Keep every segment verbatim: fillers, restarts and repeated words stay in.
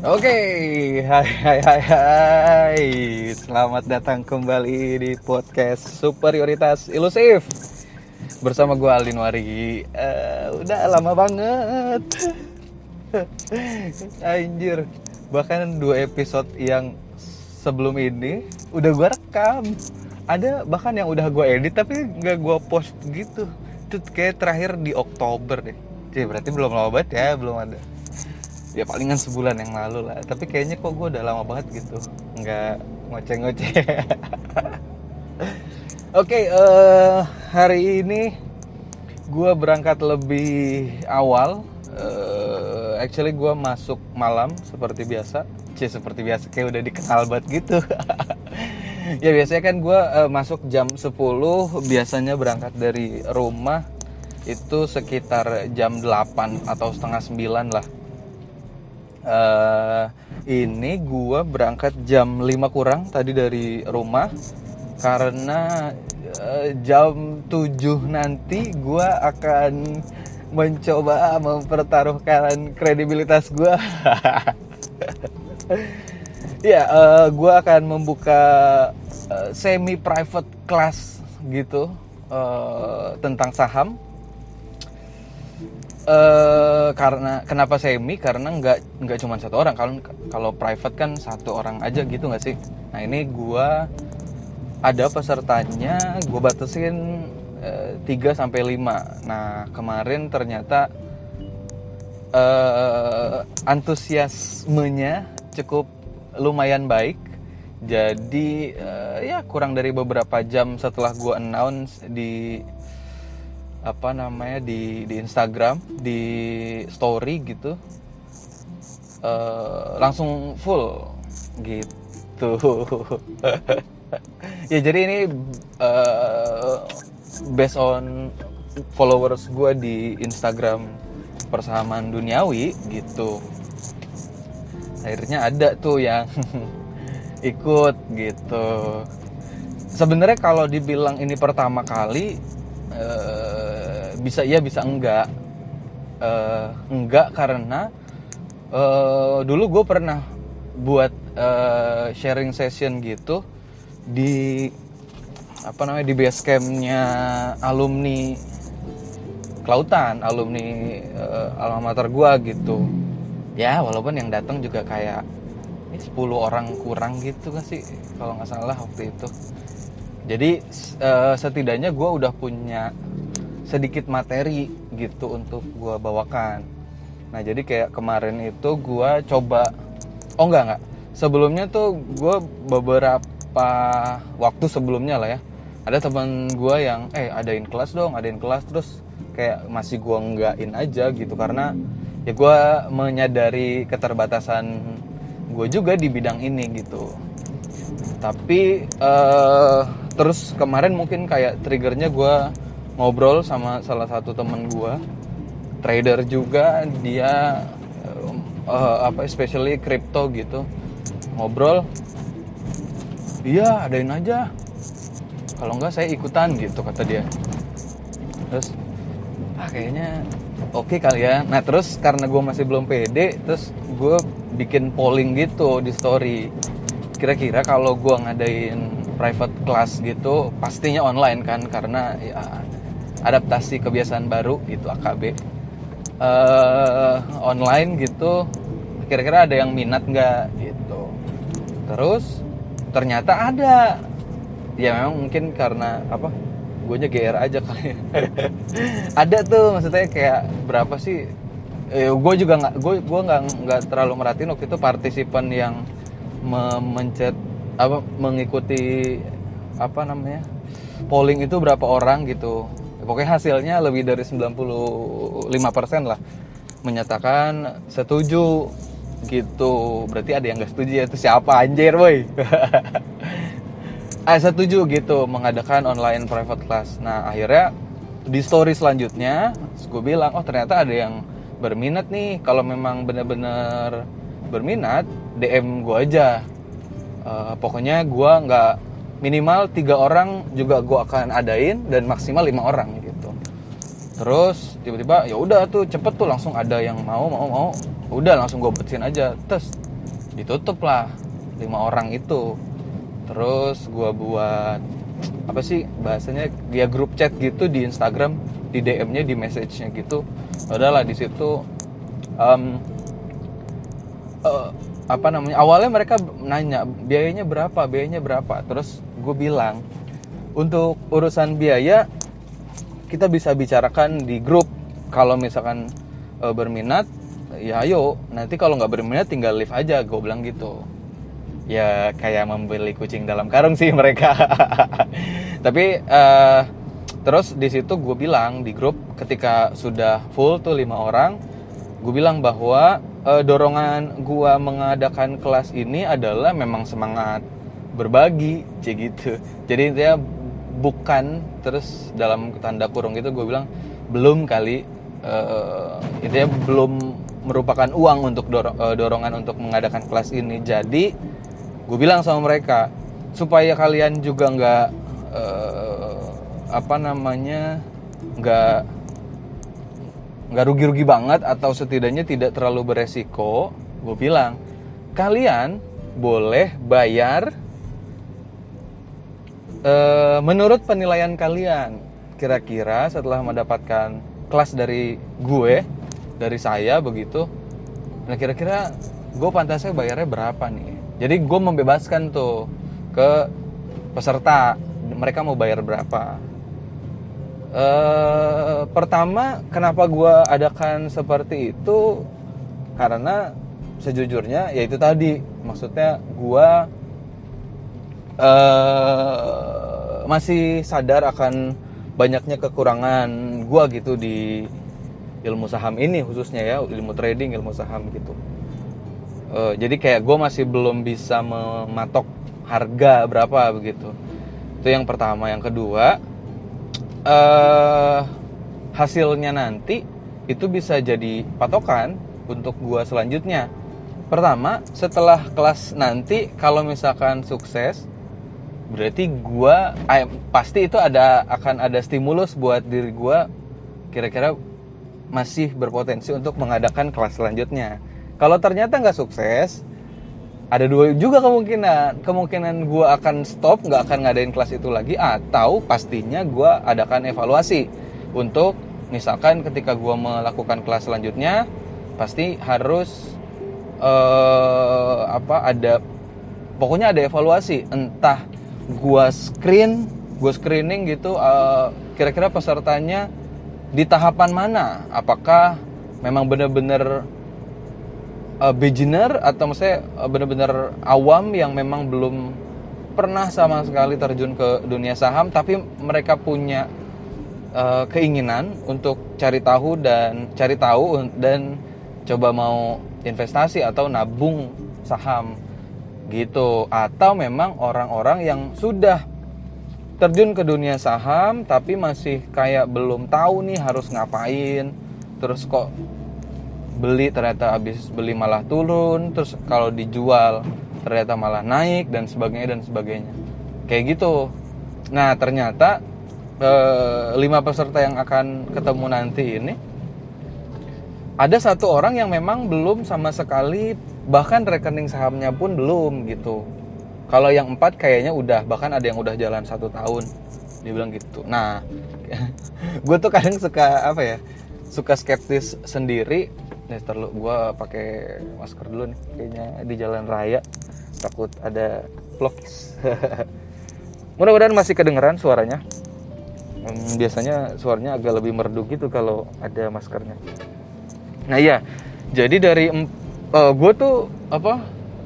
Oke, hai hai hai hai. Selamat datang kembali di podcast Superioritas Ilusif bersama gue Aldin Wari. Uh, udah lama banget, anjir. Bahkan dua episode yang sebelum ini udah gue rekam. Ada bahkan yang udah gue edit tapi nggak gue post gitu. Itu kayak terakhir di Oktober deh. Jadi berarti belum lama banget ya, belum ada. Ya palingan sebulan yang lalu lah. Tapi kayaknya kok gue udah lama banget gitu nggak ngoceh-ngoceh. Oke, okay, uh, hari ini gue berangkat lebih awal. uh, Actually gue masuk malam seperti biasa. Cie, seperti biasa kayak udah dikenal banget gitu. Ya biasanya kan gue uh, masuk jam sepuluh. Biasanya berangkat dari rumah itu sekitar jam delapan atau setengah sembilan lah. Uh, ini gue berangkat jam lima kurang tadi dari rumah karena uh, jam tujuh nanti gue akan mencoba mempertaruhkan kredibilitas gue. Ya, uh, gue akan membuka uh, semi private class gitu uh, tentang saham. Uh, karena kenapa semi? Karena nggak nggak cuma satu orang. Kalau kalau private kan satu orang aja gitu nggak sih? Nah ini gue ada pesertanya, gue batasin uh, tiga sampai lima. Nah kemarin ternyata uh, antusiasmenya cukup lumayan baik. Jadi uh, ya kurang dari beberapa jam setelah gue announce di apa namanya di di Instagram, di story gitu, uh, langsung full gitu. Ya jadi ini uh, based on followers gue di Instagram Persahaman Duniawi gitu. Akhirnya ada tuh yang ikut gitu. Sebenarnya kalau dibilang ini pertama kali, Uh, bisa iya bisa enggak uh, enggak karena uh, dulu gue pernah buat uh, sharing session gitu di apa namanya di base campnya alumni kelautan, alumni uh, alma mater gue gitu ya, walaupun yang datang juga kayak ini sepuluh orang kurang gitu kan sih kalau nggak salah waktu itu. Jadi uh, setidaknya gue udah punya sedikit materi gitu untuk gue bawakan. Nah jadi kayak kemarin itu gue coba, oh enggak enggak, sebelumnya tuh gue beberapa waktu sebelumnya lah ya, ada teman gue yang eh adain kelas dong, adain kelas, terus kayak masih gue enggakin aja gitu karena ya gue menyadari keterbatasan gue juga di bidang ini gitu. Tapi uh, terus kemarin mungkin kayak triggernya gue ngobrol sama salah satu temen gue, trader juga, dia uh, apa especially crypto gitu, ngobrol, iya adain aja, kalau enggak saya ikutan gitu kata dia. Terus ah kayaknya oke okay kali ya. Nah terus karena gue masih belum pede, terus gue bikin polling gitu di story. Kira-kira kalau gue ngadain private class gitu, pastinya online kan, karena ya adaptasi kebiasaan baru gitu, A K B uh, online gitu, kira-kira ada yang minat nggak gitu. Terus ternyata ada. Ya memang mungkin karena apa, gue nya G R aja kali. Ada tuh, maksudnya kayak berapa sih, eh, gue juga nggak gue gue nggak nggak terlalu merhatiin waktu itu partisipan yang mencet apa mengikuti apa namanya polling itu berapa orang gitu. Pokoknya hasilnya lebih dari sembilan puluh lima persen lah menyatakan setuju gitu. Berarti ada yang gak setuju ya, itu siapa anjir boy. Ah setuju gitu mengadakan online private class. Nah akhirnya di story selanjutnya gue bilang, oh ternyata ada yang berminat nih. Kalau memang benar-benar berminat, D M gue aja. Uh, pokoknya gue nggak, minimal tiga orang juga gue akan adain dan maksimal lima orang gitu. Terus tiba-tiba ya udah tuh cepet tuh langsung ada yang mau mau mau. Udah langsung gue betesin aja. Terus ditutup lah lima orang itu. Terus gue buat apa sih bahasanya, dia grup chat gitu di Instagram, di D M-nya, di message-nya gitu. Udahlah di situ um, uh, apa namanya, awalnya mereka nanya biayanya berapa, biayanya berapa. Terus gue bilang untuk urusan biaya kita bisa bicarakan di grup. Kalau misalkan uh, berminat, ya ayo. Nanti kalau nggak berminat tinggal leave aja, gue bilang gitu. Ya kayak membeli kucing dalam karung sih mereka. Tapi uh, terus di situ gue bilang di grup, ketika sudah full tuh lima orang, gue bilang bahwa uh, dorongan gue mengadakan kelas ini adalah memang semangat berbagi, cik gitu. Jadi dia bukan, terus dalam tanda kurung itu gue bilang belum kali, uh, intinya belum merupakan uang untuk dorong, uh, dorongan untuk mengadakan kelas ini. Jadi gue bilang sama mereka supaya kalian juga nggak uh, apa namanya nggak nggak rugi-rugi banget, atau setidaknya tidak terlalu beresiko. Gue bilang kalian boleh bayar uh, menurut penilaian kalian. Kira-kira setelah mendapatkan kelas dari gue, dari saya begitu, nah kira-kira gue pantasnya bayarnya berapa nih. Jadi gue membebaskan tuh ke peserta, mereka mau bayar berapa. E, pertama, kenapa gue adakan seperti itu? Karena sejujurnya, ya itu tadi, maksudnya gue e, masih sadar akan banyaknya kekurangan gue gitu di ilmu saham ini khususnya ya, ilmu trading, ilmu saham gitu. Uh, jadi kayak gue masih belum bisa mematok harga berapa begitu. Itu yang pertama. Yang kedua, uh, hasilnya nanti itu bisa jadi patokan untuk gue selanjutnya. Pertama, setelah kelas nanti kalau misalkan sukses, berarti gue eh, pasti itu ada akan ada stimulus buat diri gue, kira-kira masih berpotensi untuk mengadakan kelas selanjutnya. Kalau ternyata nggak sukses, ada dua juga kemungkinan. Kemungkinan gue akan stop, nggak akan ngadain kelas itu lagi, atau pastinya gue adakan evaluasi. Untuk misalkan ketika gue melakukan kelas selanjutnya, pasti harus uh, apa ada, pokoknya ada evaluasi. Entah gue screen, gue screening gitu, uh, kira-kira pesertanya di tahapan mana? Apakah memang benar-benar Uh, beginner, atau maksudnya uh, benar-benar awam yang memang belum pernah sama sekali terjun ke dunia saham, tapi mereka punya uh, keinginan untuk cari tahu dan cari tahu dan coba mau investasi atau nabung saham gitu. Atau memang orang-orang yang sudah terjun ke dunia saham tapi masih kayak belum tahu nih harus ngapain, terus kok beli ternyata habis beli malah turun, terus kalau dijual ternyata malah naik, dan sebagainya dan sebagainya kayak gitu. Nah ternyata eh, lima peserta yang akan ketemu nanti ini, ada satu orang yang memang belum sama sekali, bahkan rekening sahamnya pun belum gitu. Kalau yang empat kayaknya udah, bahkan ada yang udah jalan satu tahun, dia bilang gitu. Nah gue tuh kadang suka apa ya, suka skeptis sendiri. Nih terlalu gue pakai masker dulu nih, kayaknya di jalan raya takut ada vlogs. Mudah-mudahan masih kedengeran suaranya. Hmm, biasanya suaranya agak lebih merdu gitu kalau ada maskernya. Nah iya, jadi dari uh, gue tuh apa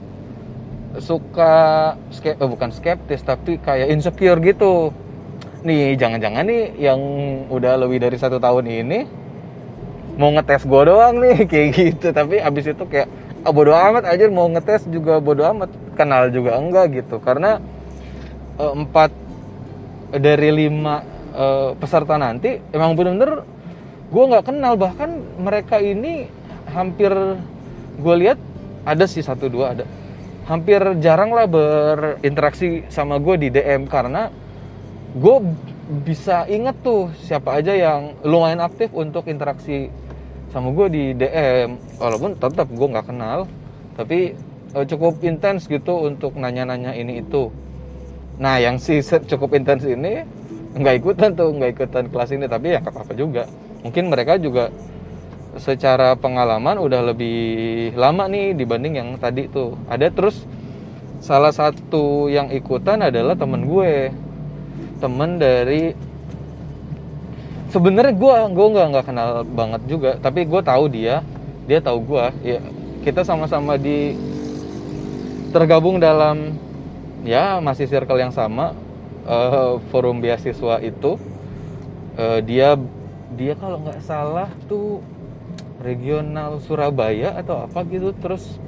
suka ske- oh, bukan skeptis tapi kayak insecure gitu. Nih jangan-jangan nih yang udah lebih dari satu tahun ini mau ngetes gue doang nih kayak gitu. Tapi abis itu kayak oh, bodo amat aja, mau ngetes juga bodo amat, kenal juga enggak gitu. Karena uh, empat dari lima uh, peserta nanti emang bener-bener gue nggak kenal. Bahkan mereka ini hampir gue lihat ada sih satu dua ada, hampir jarang lah berinteraksi sama gue di D M, karena gue bisa inget tuh siapa aja yang lumayan aktif untuk interaksi sama gue di D M, walaupun tetap gue nggak kenal. Tapi uh, cukup intens gitu untuk nanya-nanya ini itu. Nah yang si cukup intens ini nggak ikutan tuh, nggak ikutan kelas ini, tapi ya nggak apa-apa juga. Mungkin mereka juga secara pengalaman udah lebih lama nih dibanding yang tadi tuh. Ada terus salah satu yang ikutan adalah temen gue, temen dari sebenarnya gue gue nggak nggak kenal banget juga, tapi gue tahu dia, dia tahu gue. Ya kita sama-sama di tergabung dalam ya masih circle yang sama, uh, forum beasiswa itu. Uh, dia dia kalau nggak salah tuh regional Surabaya atau apa gitu, terus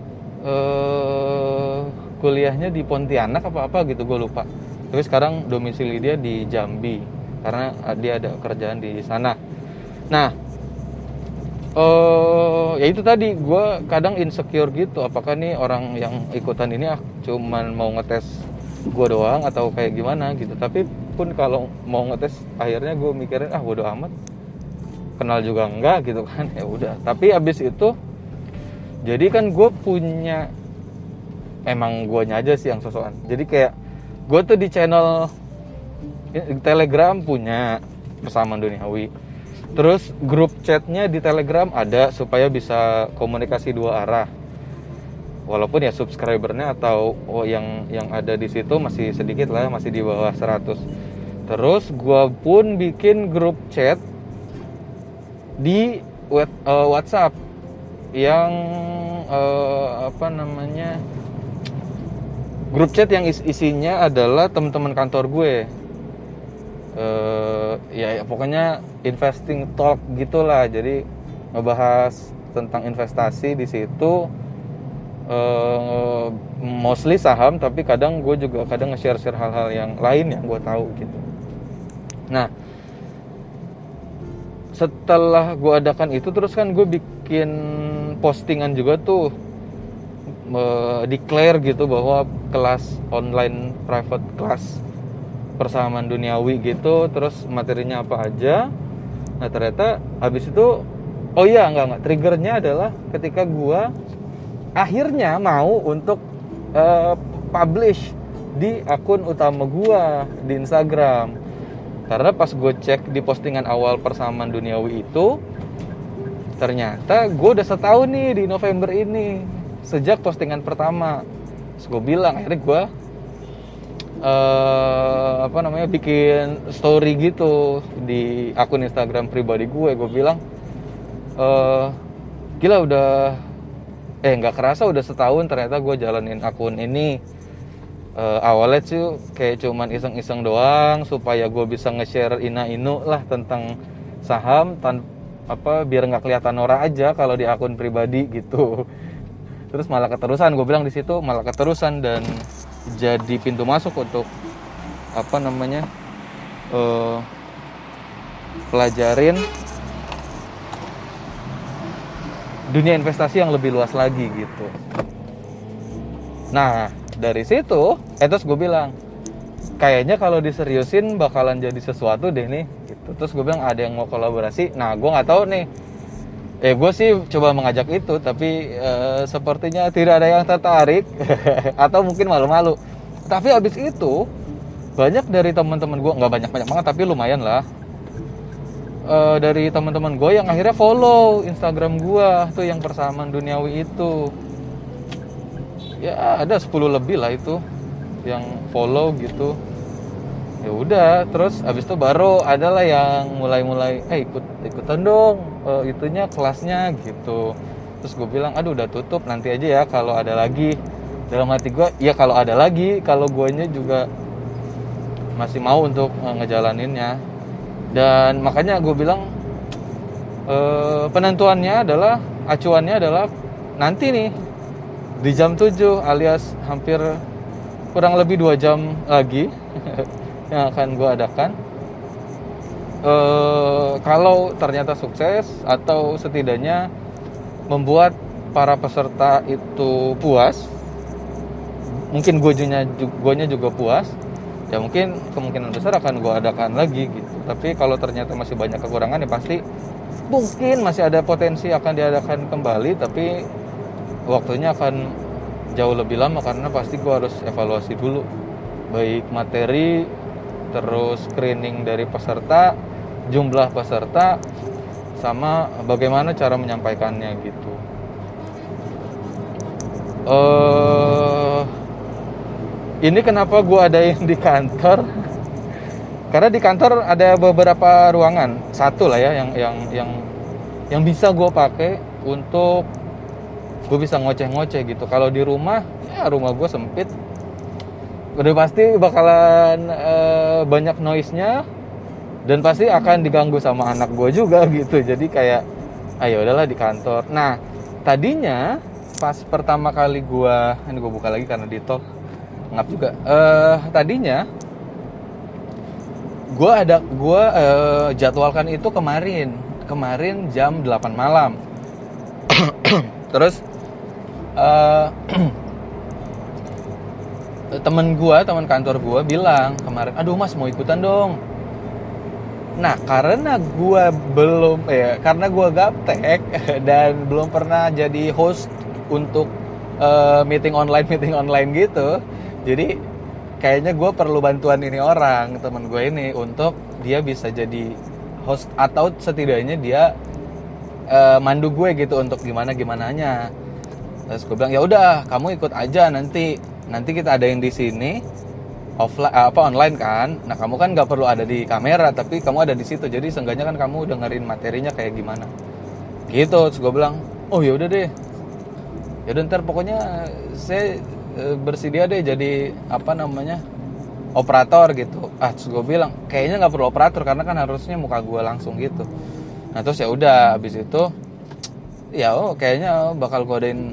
uh, kuliahnya di Pontianak apa apa gitu, gue lupa. Tapi sekarang domisili dia di Jambi karena dia ada kerjaan di sana. Nah, uh, ya itu tadi gue kadang insecure gitu, apakah nih orang yang ikutan ini ah, cuman mau ngetes gue doang atau kayak gimana gitu. Tapi pun kalau mau ngetes akhirnya gue mikirin ah bodo amat, kenal juga enggak gitu kan, ya udah. Tapi abis itu jadi kan gue punya, emang guanya aja sih yang sosokan. Jadi kayak gue tuh di channel Telegram punya Persamaan Duniawi, terus grup chatnya di Telegram ada supaya bisa komunikasi dua arah. Walaupun ya subscribernya atau oh, yang yang ada di situ masih sedikit lah, masih di bawah seratus. Terus gue pun bikin grup chat di WhatsApp yang uh, apa namanya, grup chat yang is- isinya adalah teman-teman kantor gue. Uh, ya, ya pokoknya investing talk gitulah. Jadi ngebahas tentang investasi di situ. Uh, mostly saham, tapi kadang gue juga kadang nge-share-share hal-hal yang lain yang gue tahu gitu. Nah, setelah gue adakan itu, terus kan gue bikin postingan juga tuh, uh, declare gitu bahwa kelas online private class Persamaan Duniawi gitu, terus materinya apa aja. Nah ternyata habis itu, oh iya enggak enggak triggernya adalah ketika gue akhirnya mau untuk uh, publish di akun utama gue di Instagram. Karena pas gue cek di postingan awal Persamaan Duniawi itu, ternyata gue udah setahun nih di November ini sejak postingan pertama. Terus gue bilang, akhirnya gue uh, apa namanya bikin story gitu di akun Instagram pribadi gue. Gue bilang, uh, gila udah eh nggak kerasa udah setahun ternyata gue jalanin akun ini. Uh, awalnya sih kayak cuman iseng-iseng doang supaya gue bisa nge-share ina-inu lah tentang saham, tan apa biar nggak kelihatan norak aja kalau di akun pribadi gitu. Terus malah keterusan, gue bilang di situ malah keterusan dan jadi pintu masuk untuk apa namanya uh, pelajarin dunia investasi yang lebih luas lagi gitu. Nah dari situ, eh terus gue bilang kayaknya kalau diseriusin bakalan jadi sesuatu deh nih gitu. Terus gue bilang ada yang mau kolaborasi. Nah gue nggak tahu nih, eh gue sih coba mengajak itu, tapi eh, sepertinya tidak ada yang tertarik atau mungkin malu-malu. Tapi abis itu banyak dari teman-teman gue, nggak banyak-banyak banget tapi lumayan lah, uh, dari teman-teman gue yang akhirnya follow Instagram gue tuh yang Persamaan Duniawi itu. Ya ada sepuluh lebih lah itu yang follow gitu. Ya udah, terus abis itu baru adalah yang mulai-mulai eh ikut ikutan dong uh, itunya kelasnya gitu. Terus gue bilang aduh udah tutup, nanti aja ya kalau ada lagi. Dalam hati gue ya kalau ada lagi, kalau guanya juga masih mau untuk uh, ngejalaninnya. Dan makanya gue bilang uh, penentuannya adalah, acuannya adalah nanti nih di jam tujuh alias hampir kurang lebih dua jam lagi yang akan gue adakan. E, kalau ternyata sukses atau setidaknya membuat para peserta itu puas, mungkin guanya guanya juga puas, ya mungkin kemungkinan besar akan gue adakan lagi gitu. Tapi kalau ternyata masih banyak kekurangan ya pasti mungkin masih ada potensi akan diadakan kembali, tapi waktunya akan jauh lebih lama karena pasti gue harus evaluasi dulu baik materi, terus screening dari peserta, jumlah peserta, sama bagaimana cara menyampaikannya gitu. Uh, ini kenapa gue adain di kantor? Karena di kantor ada beberapa ruangan, satu lah ya yang yang yang yang bisa gue pakai untuk gue bisa ngoceh-ngoceh gitu. Kalau di rumah, ya rumah gue sempit, udah pasti bakalan uh, banyak noise-nya dan pasti akan diganggu sama anak gue juga gitu. Jadi kayak, ayo udahlah di kantor. Nah tadinya pas pertama kali gue, ini gue buka lagi karena di tol ngap juga. Uh, tadinya gue ada gue uh, jadwalkan itu kemarin kemarin jam delapan malam. Terus uh, temen gue teman kantor gue bilang kemarin, aduh mas mau ikutan dong. Nah karena gue belum ya karena gue gaptek dan belum pernah jadi host untuk uh, meeting online meeting online gitu, jadi kayaknya gue perlu bantuan ini orang, temen gue ini, untuk dia bisa jadi host atau setidaknya dia uh, mandu gue gitu untuk gimana gimananya. Terus gue bilang ya udah kamu ikut aja, nanti nanti kita ada yang di sini offline apa online kan. Nah kamu kan nggak perlu ada di kamera tapi kamu ada di situ, jadi seenggaknya kan kamu dengerin materinya kayak gimana gitu. Terus gue bilang oh ya udah deh, ya udah ntar pokoknya saya bersedia deh jadi apa namanya operator gitu. Ah terus gue bilang kayaknya nggak perlu operator karena kan harusnya muka gue langsung gitu. Nah terus ya udah abis itu ya oh kayaknya bakal gue adain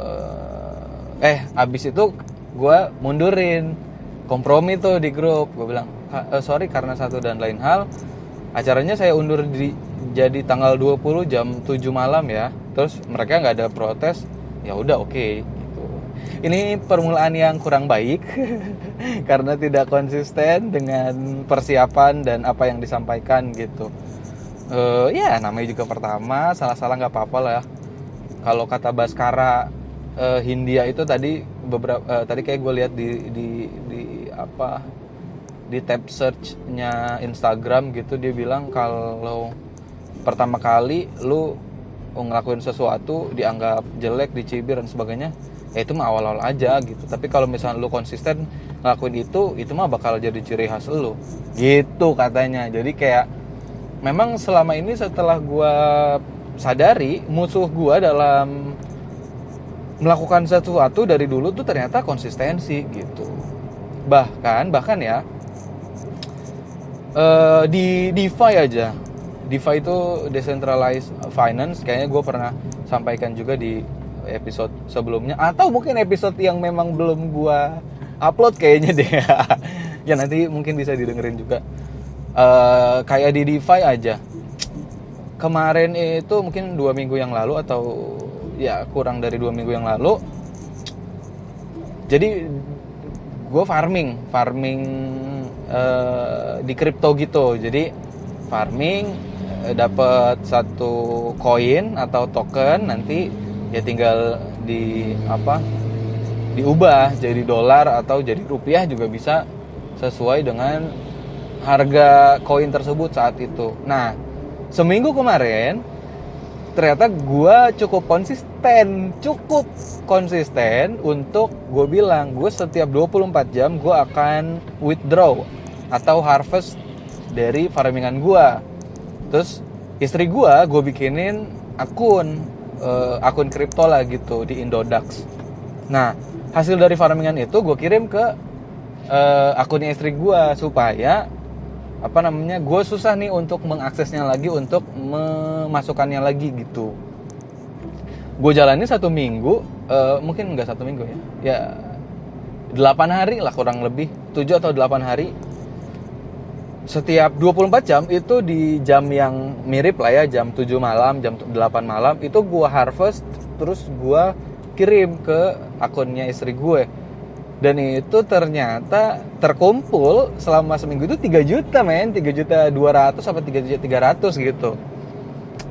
uh, eh abis itu gue mundurin kompromi tuh di grup. Gue bilang e, sorry karena satu dan lain hal acaranya saya undur di jadi tanggal dua puluh jam tujuh malam ya. Terus mereka nggak ada protes, ya udah oke okay. Ini permulaan yang kurang baik karena tidak konsisten dengan persiapan dan apa yang disampaikan gitu. Uh, ya namanya juga pertama, salah-salah nggak apa-apa lah. Kalau kata Baskara uh, Hindia itu tadi beberapa uh, tadi kayak gue lihat di di di apa di tab search-nya Instagram gitu, dia bilang kalau pertama kali lu ngelakuin sesuatu dianggap jelek, dicibir dan sebagainya, ya itu mah awal-awal aja gitu. Tapi kalau misalnya lu konsisten ngelakuin itu, itu mah bakal jadi ciri khas lu gitu katanya. Jadi kayak memang selama ini setelah gua sadari musuh gua dalam melakukan sesuatu dari dulu tuh ternyata konsistensi gitu. Bahkan bahkan ya uh, di DeFi aja, DeFi itu decentralized finance, kayaknya gue pernah sampaikan juga di episode sebelumnya, atau mungkin episode yang memang belum gue upload kayaknya deh. Ya nanti mungkin bisa didengerin juga. Uh, kayak di DeFi aja, kemarin itu mungkin dua minggu yang lalu atau ya kurang dari dua minggu yang lalu, jadi gue farming farming uh, di kripto gitu. Jadi farming dapat satu koin atau token, nanti ya tinggal di apa diubah jadi dolar atau jadi rupiah juga bisa sesuai dengan harga koin tersebut saat itu. Nah seminggu kemarin ternyata gue cukup konsisten cukup konsisten untuk gue bilang gue setiap dua puluh empat jam gue akan withdraw atau harvest dari farmingan gue. Terus istri gue, gue bikinin akun uh, akun kripto lah gitu di Indodax. Nah hasil dari farmingan itu gue kirim ke uh, akunnya istri gue supaya apa namanya gue susah nih untuk mengaksesnya lagi, untuk memasukkannya lagi gitu. Gue jalani satu minggu, uh, mungkin nggak satu minggu ya, ya delapan hari lah kurang lebih, tujuh atau delapan hari. Setiap dua puluh empat jam itu di jam yang mirip lah ya, jam tujuh malam, jam delapan malam, itu gue harvest, terus gue kirim ke akunnya istri gue. Dan itu ternyata terkumpul selama seminggu itu tiga juta men, tiga juta dua ratus sampai tiga juta tiga ratus gitu.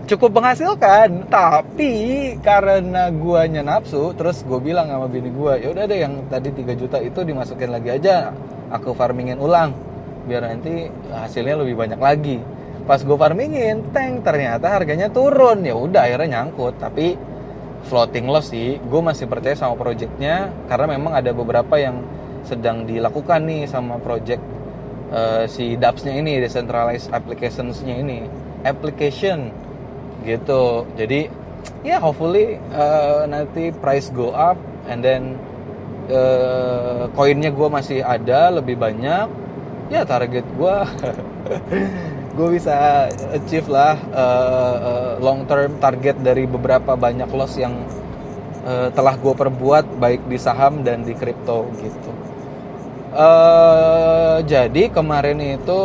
cukup menghasilkan, tapi karena guanya nafsu, terus gue bilang sama bini gue, ya udah deh yang tadi tiga juta itu dimasukin lagi aja, aku farmingin ulang biar nanti hasilnya lebih banyak lagi. Pas gue farmingin, tank ternyata harganya turun, ya udah akhirnya nyangkut. Tapi floating loss sih, gue masih percaya sama projectnya karena memang ada beberapa yang sedang dilakukan nih sama project uh, si dApps-nya ini, decentralized applications-nya ini, application gitu. Jadi ya yeah, hopefully uh, nanti price go up and then uh, koinnya gue masih ada lebih banyak. Ya target gue gue bisa achieve lah uh, uh, long term target dari beberapa banyak loss yang uh, telah gue perbuat baik di saham dan di kripto gitu. Uh, jadi kemarin itu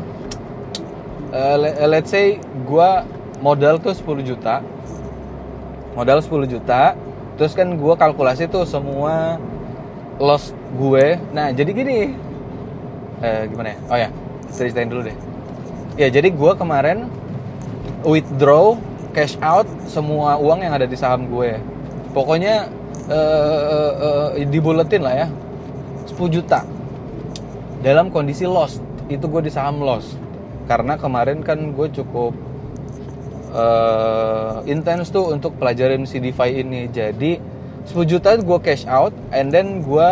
uh, let's say gue modal tuh sepuluh juta, modal sepuluh juta, terus kan gue kalkulasi tuh semua loss gue. Nah jadi gini, eh, gimana ya? Oh ya, ceritain dulu deh. Ya jadi gue kemarin withdraw, cash out semua uang yang ada di saham gue. Pokoknya eh, eh, dibuletin lah ya, sepuluh juta. Dalam kondisi loss, itu gue di saham loss. Karena kemarin kan gue cukup uh, intens tuh untuk pelajarin si DeFi ini. Jadi sepuluh juta gue cash out, and then gue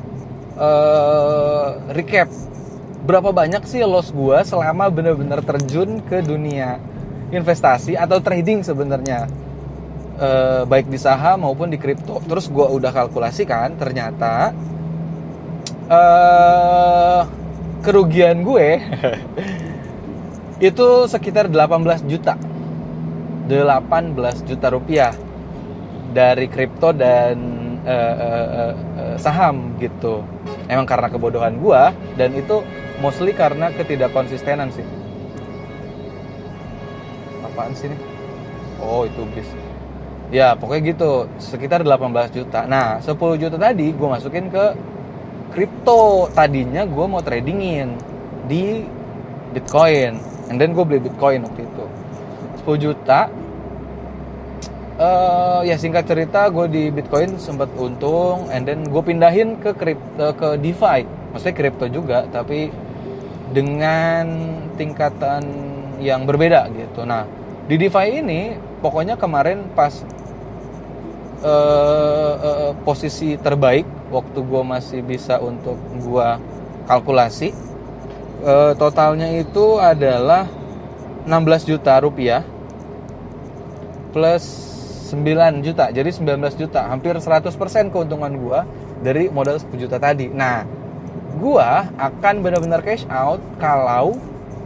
uh, recap berapa banyak sih loss gue selama benar-benar terjun ke dunia investasi atau trading sebenarnya, uh, baik di saham maupun di kripto. Terus gue udah kalkulasikan, ternyata uh, kerugian gue itu sekitar delapan belas juta delapan belas juta rupiah dari kripto dan uh, uh, uh, uh, saham gitu. Emang karena kebodohan gua, dan itu mostly karena ketidakkonsistenan sih. Apaan sih nih? Oh itu bis. Ya pokoknya gitu, sekitar delapan belas juta. Nah sepuluh juta tadi gua masukin ke kripto. Tadinya gua mau tradingin di Bitcoin, and then gue beli Bitcoin waktu itu sepuluh juta. Uh, ya singkat cerita, gue di Bitcoin sempat untung, and then gue pindahin ke kripto, ke DeFi, maksudnya kripto juga, tapi dengan tingkatan yang berbeda gitu. Nah di DeFi ini, pokoknya kemarin pas uh, uh, posisi terbaik, waktu gue masih bisa untuk gue kalkulasi, uh, totalnya itu adalah enam belas juta rupiah plus sembilan juta, jadi sembilan belas juta, hampir seratus persen keuntungan gue dari modal sepuluh juta tadi. Nah gue akan benar-benar cash out kalau,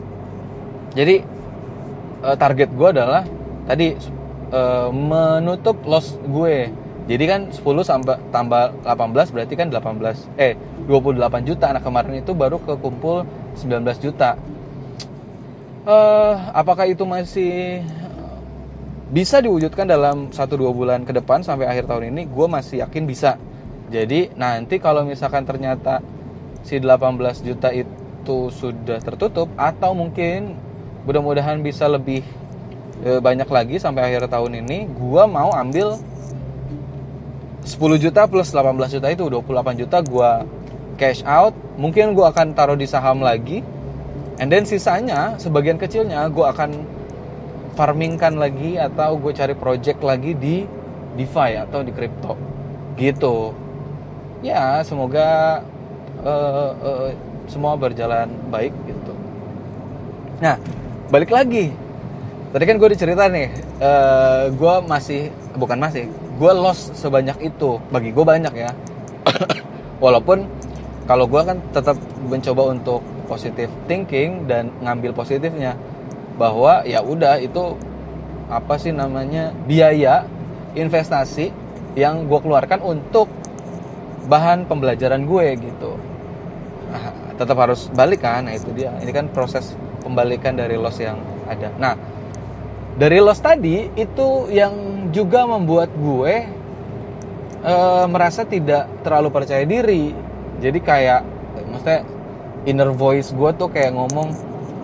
jadi uh, target gue adalah tadi uh, menutup loss gue. Jadi kan sepuluh sampai tambah delapan belas berarti kan delapan belas eh dua puluh delapan juta. Nah kemarin itu baru kekumpul sembilan belas juta. Uh, apakah itu masih bisa diwujudkan dalam satu dua bulan ke depan sampai akhir tahun ini? Gue masih yakin bisa. Jadi nanti kalau misalkan ternyata si delapan belas juta itu sudah tertutup, atau mungkin mudah-mudahan bisa lebih e, banyak lagi sampai akhir tahun ini, gue mau ambil sepuluh juta plus delapan belas juta itu dua puluh delapan juta gue cash out. Mungkin gue akan taruh di saham lagi, and then sisanya sebagian kecilnya gue akan farmingkan lagi, atau gue cari project lagi di DeFi atau di kripto gitu. Ya semoga uh, uh, semua berjalan baik gitu. Nah balik lagi, tadi kan gue dicerita nih, uh, gue masih bukan masih gue loss sebanyak itu. Bagi gue banyak ya. Walaupun kalau gue kan tetap mencoba untuk positive thinking dan ngambil positifnya, bahwa ya udah itu apa sih namanya, biaya investasi yang gue keluarkan untuk bahan pembelajaran gue gitu. Nah, tetap harus balik kan. Nah itu dia, ini kan proses pembalikan dari loss yang ada. Nah dari loss tadi itu yang juga membuat gue e, merasa tidak terlalu percaya diri. Jadi kayak maksudnya inner voice gue tuh kayak ngomong,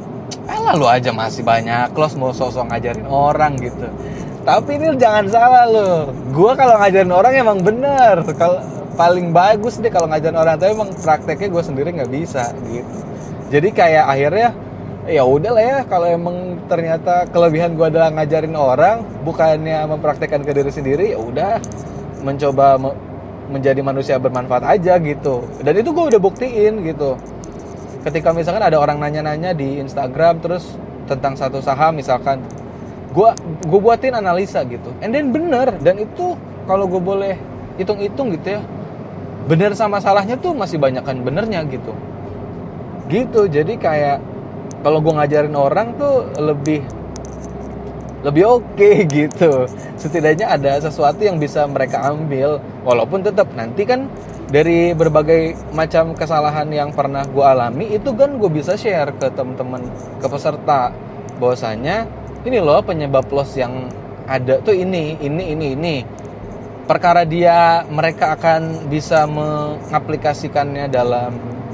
alah lu aja masih banyak close mau sosok ngajarin orang gitu. Tapi ini jangan salah lo, gue kalau ngajarin orang emang bener, kalau paling bagus deh kalau ngajarin orang, tapi emang prakteknya gue sendiri nggak bisa gitu. Jadi kayak akhirnya ya udah lah ya, kalau emang ternyata kelebihan gue adalah ngajarin orang bukannya mempraktekkan ke diri sendiri, ya udah mencoba me- menjadi manusia bermanfaat aja gitu. Dan itu gue udah buktiin gitu. Ketika misalkan ada orang nanya-nanya di Instagram terus tentang satu saham misalkan, gue gue buatin analisa gitu, and then bener. Dan itu kalau gue boleh hitung-hitung gitu ya, bener sama salahnya tuh masih banyakan benernya gitu gitu. Jadi kayak kalau gue ngajarin orang tuh lebih lebih oke okay, gitu. Setidaknya ada sesuatu yang bisa mereka ambil, walaupun tetap nanti kan dari berbagai macam kesalahan yang pernah gue alami itu kan gue bisa share ke teman-teman, ke peserta, bahwasanya ini loh penyebab loss yang ada tuh ini, ini, ini, ini. Perkara dia mereka akan bisa mengaplikasikannya dalam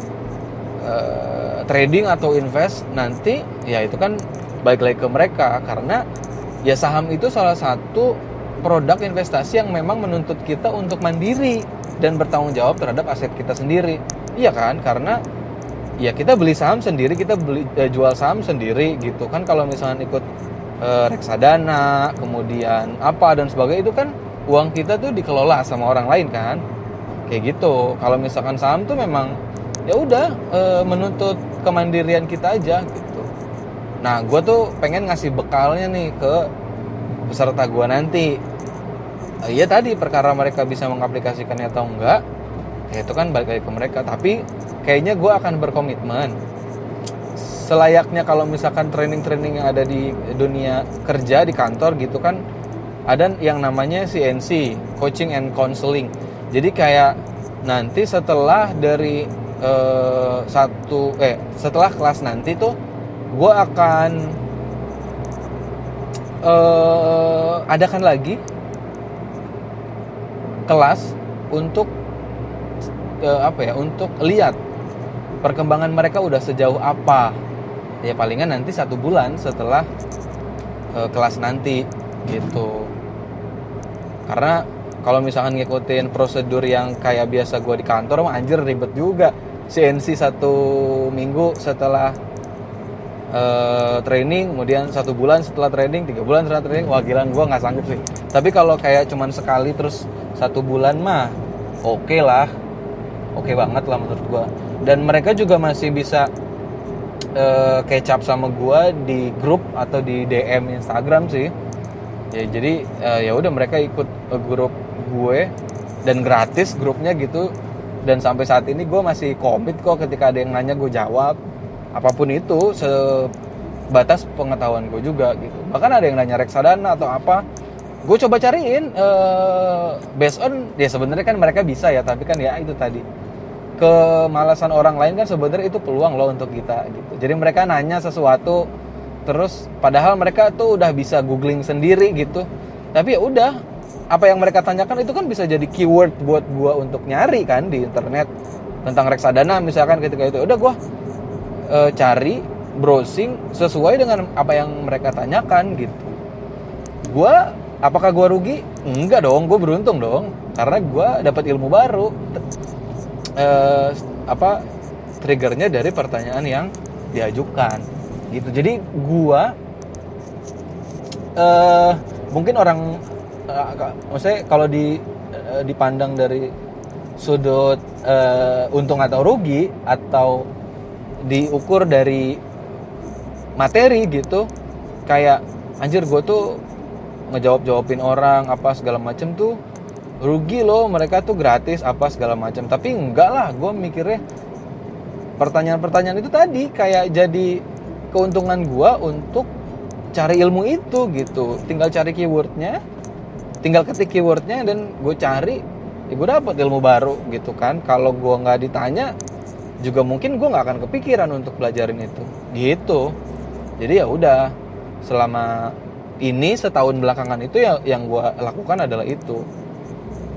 uh, trading atau invest nanti, ya itu kan balik lagi ke mereka. Karena ya saham itu salah satu produk investasi yang memang menuntut kita untuk mandiri dan bertanggung jawab terhadap aset kita sendiri. Iya kan? Karena ya kita beli saham sendiri, kita beli eh, jual saham sendiri gitu kan. Kalau misalnya ikut eh, reksadana, kemudian apa dan sebagainya, itu kan uang kita tuh dikelola sama orang lain kan. Kayak gitu. Kalau misalkan saham tuh memang ya udah eh, menuntut kemandirian kita aja gitu. Nah, gue tuh pengen ngasih bekalnya nih ke peserta gue nanti. Iya tadi, perkara mereka bisa mengaplikasikannya atau enggak, ya itu kan balik lagi ke mereka. Tapi kayaknya gue akan berkomitmen selayaknya kalau misalkan training-training yang ada di dunia kerja di kantor gitu kan, ada yang namanya C N C, Coaching and Counseling. Jadi kayak nanti setelah dari eh, satu eh setelah kelas nanti tuh gue akan eh, adakan lagi kelas untuk uh, apa ya untuk lihat perkembangan mereka udah sejauh apa ya, palingan nanti satu bulan setelah uh, kelas nanti gitu. Karena kalau misalkan ngikutin prosedur yang kayak biasa gue di kantor mah anjir ribet juga. C N C satu minggu setelah uh, training, kemudian satu bulan setelah training, tiga bulan setelah training, wah gila gue nggak sanggup sih. Tapi kalau kayak cuman sekali terus satu bulan mah oke okay lah, oke okay banget lah menurut gue. Dan mereka juga masih bisa uh, catch up sama gue di grup atau di D M Instagram sih. Ya jadi uh, ya udah mereka ikut uh, grup gue dan gratis grupnya gitu. Dan sampai saat ini gue masih komit kok, ketika ada yang nanya gue jawab apapun itu sebatas pengetahuan gue juga gitu. Bahkan ada yang nanya reksadana atau apa, gue coba cariin uh, based on ya sebenarnya kan mereka bisa ya, tapi kan ya itu tadi kemalasan orang lain kan sebenarnya itu peluang loh untuk kita gitu. Jadi mereka nanya sesuatu terus padahal mereka tuh udah bisa googling sendiri gitu, tapi ya udah apa yang mereka tanyakan itu kan bisa jadi keyword buat gue untuk nyari kan di internet tentang reksadana misalkan. Ketika itu udah gue uh, cari browsing sesuai dengan apa yang mereka tanyakan gitu. Gue apakah gue rugi? Enggak dong, gue beruntung dong, karena gue dapat ilmu baru. Eh, apa triggernya dari pertanyaan yang diajukan, gitu. Jadi gue, eh, mungkin orang, eh, maksudnya kalau di eh, dipandang dari sudut eh, untung atau rugi atau diukur dari materi gitu, kayak anjir gue tuh ngejawab-jawabin orang apa segala macem tuh rugi loh, mereka tuh gratis apa segala macam. Tapi enggak lah, gue mikirnya pertanyaan-pertanyaan itu tadi kayak jadi keuntungan gue untuk cari ilmu itu gitu. Tinggal cari keywordnya, tinggal ketik keywordnya dan gue cari, ya gue dapet ilmu baru gitu kan. Kalau gue nggak ditanya juga mungkin gue nggak akan kepikiran untuk pelajarin itu gitu. Jadi ya udah, selama ini setahun belakangan itu ya yang gue lakukan adalah itu.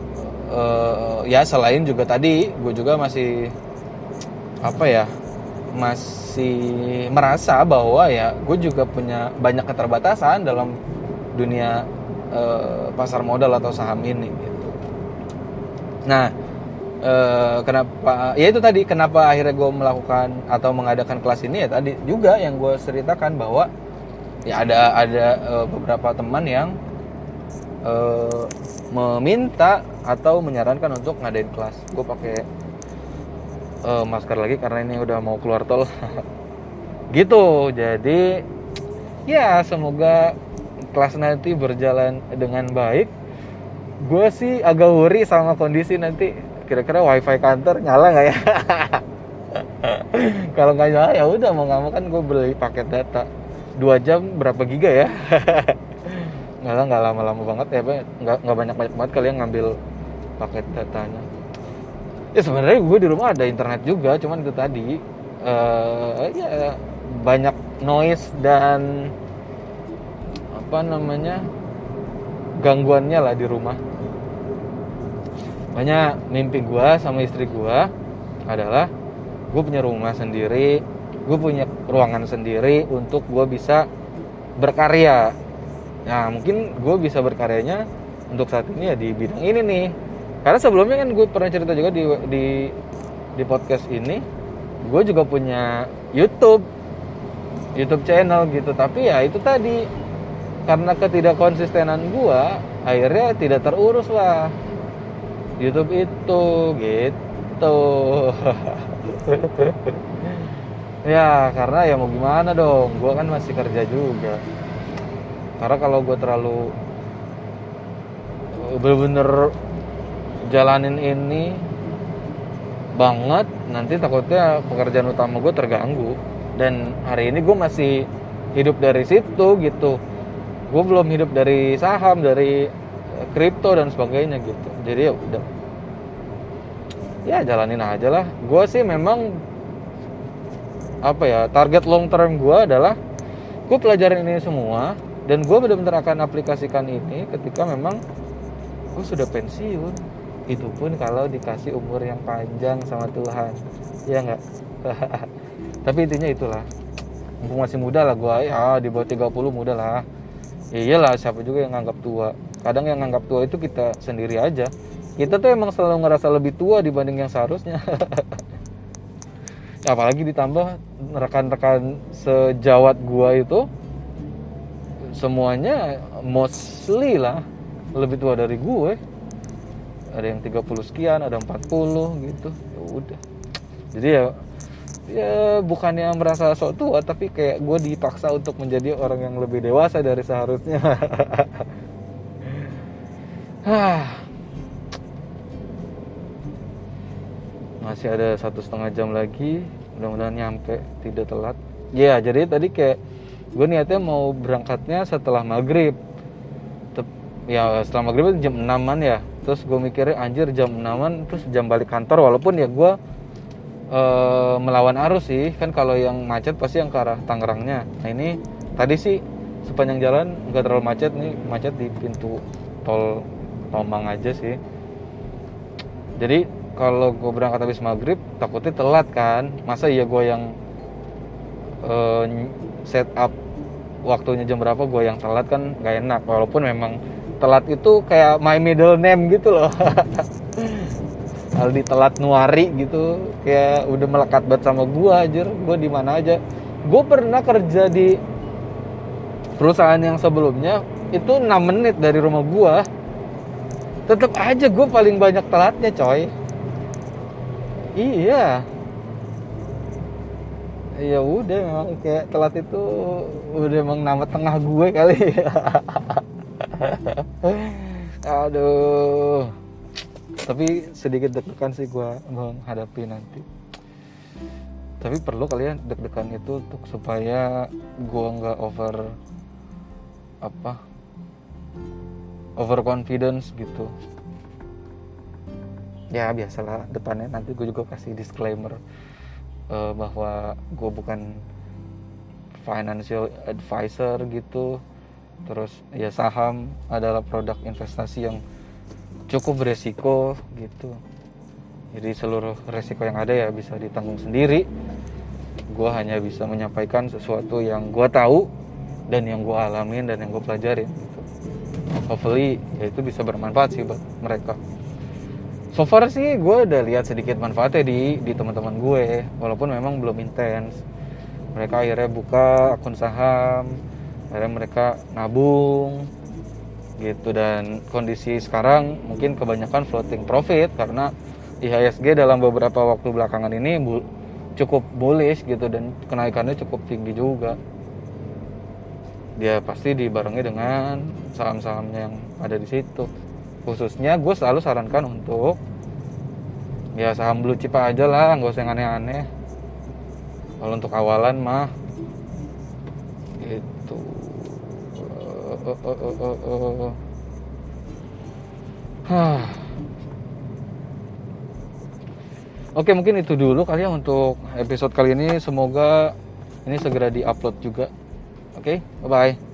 Uh, ya selain juga tadi gue juga masih apa ya masih merasa bahwa ya gue juga punya banyak keterbatasan dalam dunia uh, pasar modal atau saham ini gitu. Nah, uh, kenapa ya itu tadi kenapa akhirnya gue melakukan atau mengadakan kelas ini ya tadi juga yang gue ceritakan bahwa ya ada ada uh, beberapa teman yang uh, meminta atau menyarankan untuk ngadain kelas. Gue pakai Uh, masker lagi karena ini udah mau keluar tol. Gitu. Jadi ya semoga kelas nanti berjalan dengan baik. Gue sih agak worry sama kondisi nanti, kira-kira wifi kantor nyala nggak ya? Kalau nggak nyala ya udah, mau nggak mau kan gue beli paket data dua jam berapa giga ya? Nggak lah, nggak lama-lama banget ya, nggak nggak banyak-banyak banget kali yang ngambil paket datanya. Ya sebenarnya gue di rumah ada internet juga, cuman itu tadi uh, ya banyak noise dan apa namanya gangguannya lah di rumah. Makanya mimpi gue sama istri gue adalah gue punya rumah sendiri, gue punya ruangan sendiri untuk gue bisa berkarya. Nah mungkin gue bisa berkaryanya untuk saat ini ya di bidang ini nih. Karena sebelumnya kan gue pernah cerita juga di di di podcast ini, gue juga punya YouTube, YouTube channel gitu. Tapi ya itu tadi, karena ketidakkonsistenan gue, akhirnya tidak terurus lah YouTube itu, gitu. Ya karena ya mau gimana dong, gue kan masih kerja juga. Karena kalau gue terlalu bener-bener jalanin ini banget, nanti takutnya pekerjaan utama gue terganggu. Dan hari ini gue masih hidup dari situ gitu. Gue belum hidup dari saham, dari kripto dan sebagainya gitu. Jadi ya udah, ya jalanin aja lah. Gue sih memang apa ya, target long term gue adalah gue pelajarin ini semua dan gue benar-benar akan aplikasikan ini ketika memang gue sudah pensiun. Itu pun kalau dikasih umur yang panjang sama Tuhan, ya nggak? Tapi intinya itulah, mumpung masih muda lah gue, ya di bawah tiga puluh muda lah. Iyalah, siapa juga yang nganggap tua. Kadang yang nganggap tua itu kita sendiri aja. Kita tuh emang selalu ngerasa lebih tua dibanding yang seharusnya. Apalagi ditambah rekan-rekan sejawat gue itu semuanya mostly lah lebih tua dari gue. Ada yang tiga puluh sekian, ada empat puluh gitu. Ya udah. Jadi ya ya bukannya merasa sok tua, tapi kayak gue dipaksa untuk menjadi orang yang lebih dewasa dari seharusnya. Masih ada satu setengah jam lagi, mudah-mudahan nyampe, tidak telat. Ya, jadi tadi kayak gue niatnya mau berangkatnya setelah maghrib. Ya setelah maghrib itu jam enaman ya. Terus gue mikirnya anjir jam enaman terus jam balik kantor, walaupun ya gue e, melawan arus sih. Kan kalau yang macet pasti yang ke arah Tangerangnya. Nah ini tadi sih sepanjang jalan nggak terlalu macet nih, macet di pintu tol Tomang aja sih. Jadi kalau gue berangkat habis maghrib takutnya telat kan. Masa iya gue yang e, set up waktunya jam berapa gue yang telat, kan nggak enak. Walaupun memang telat itu kayak my middle name gitu loh. Aldi Telat Nuari gitu, kayak udah melekat banget sama gue anjir. Gue di mana aja. Gue pernah kerja di perusahaan yang sebelumnya itu enam menit dari rumah gue. Tetap aja gue paling banyak telatnya coy. Iya. Ya udah, memang kayak telat itu udah emang nama tengah gue kali. Aduh. Tapi sedikit deg-degan sih gue menghadapi nanti. Tapi perlu kalian deg-degan itu untuk supaya gue nggak over apa over confidence gitu. Ya biasalah, depannya nanti gue juga kasih disclaimer uh, bahwa gue bukan financial advisor gitu. Terus ya saham adalah produk investasi yang cukup beresiko gitu. Jadi seluruh resiko yang ada ya bisa ditanggung sendiri. Gue hanya bisa menyampaikan sesuatu yang gue tahu dan yang gue alamin dan yang gue pelajarin gitu. Hopefully ya itu bisa bermanfaat sih buat mereka. So far sih gue udah lihat sedikit manfaatnya di di teman-teman gue, walaupun memang belum intens. Mereka akhirnya buka akun saham, akhirnya mereka nabung gitu, dan kondisi sekarang mungkin kebanyakan floating profit karena I H S G dalam beberapa waktu belakangan ini bu- cukup bullish gitu, dan kenaikannya cukup tinggi juga. Dia pasti dibarengi dengan saham-sahamnya yang ada di situ. Khususnya gue selalu sarankan untuk ya saham blue chip aja lah, nggak usah yang aneh-aneh. Kalau untuk awalan mah gitu. Uh, uh, uh, uh, uh, uh. Huh. Oke, mungkin itu dulu kali ya untuk episode kali ini. Semoga ini segera di-upload juga. Oke, bye-bye.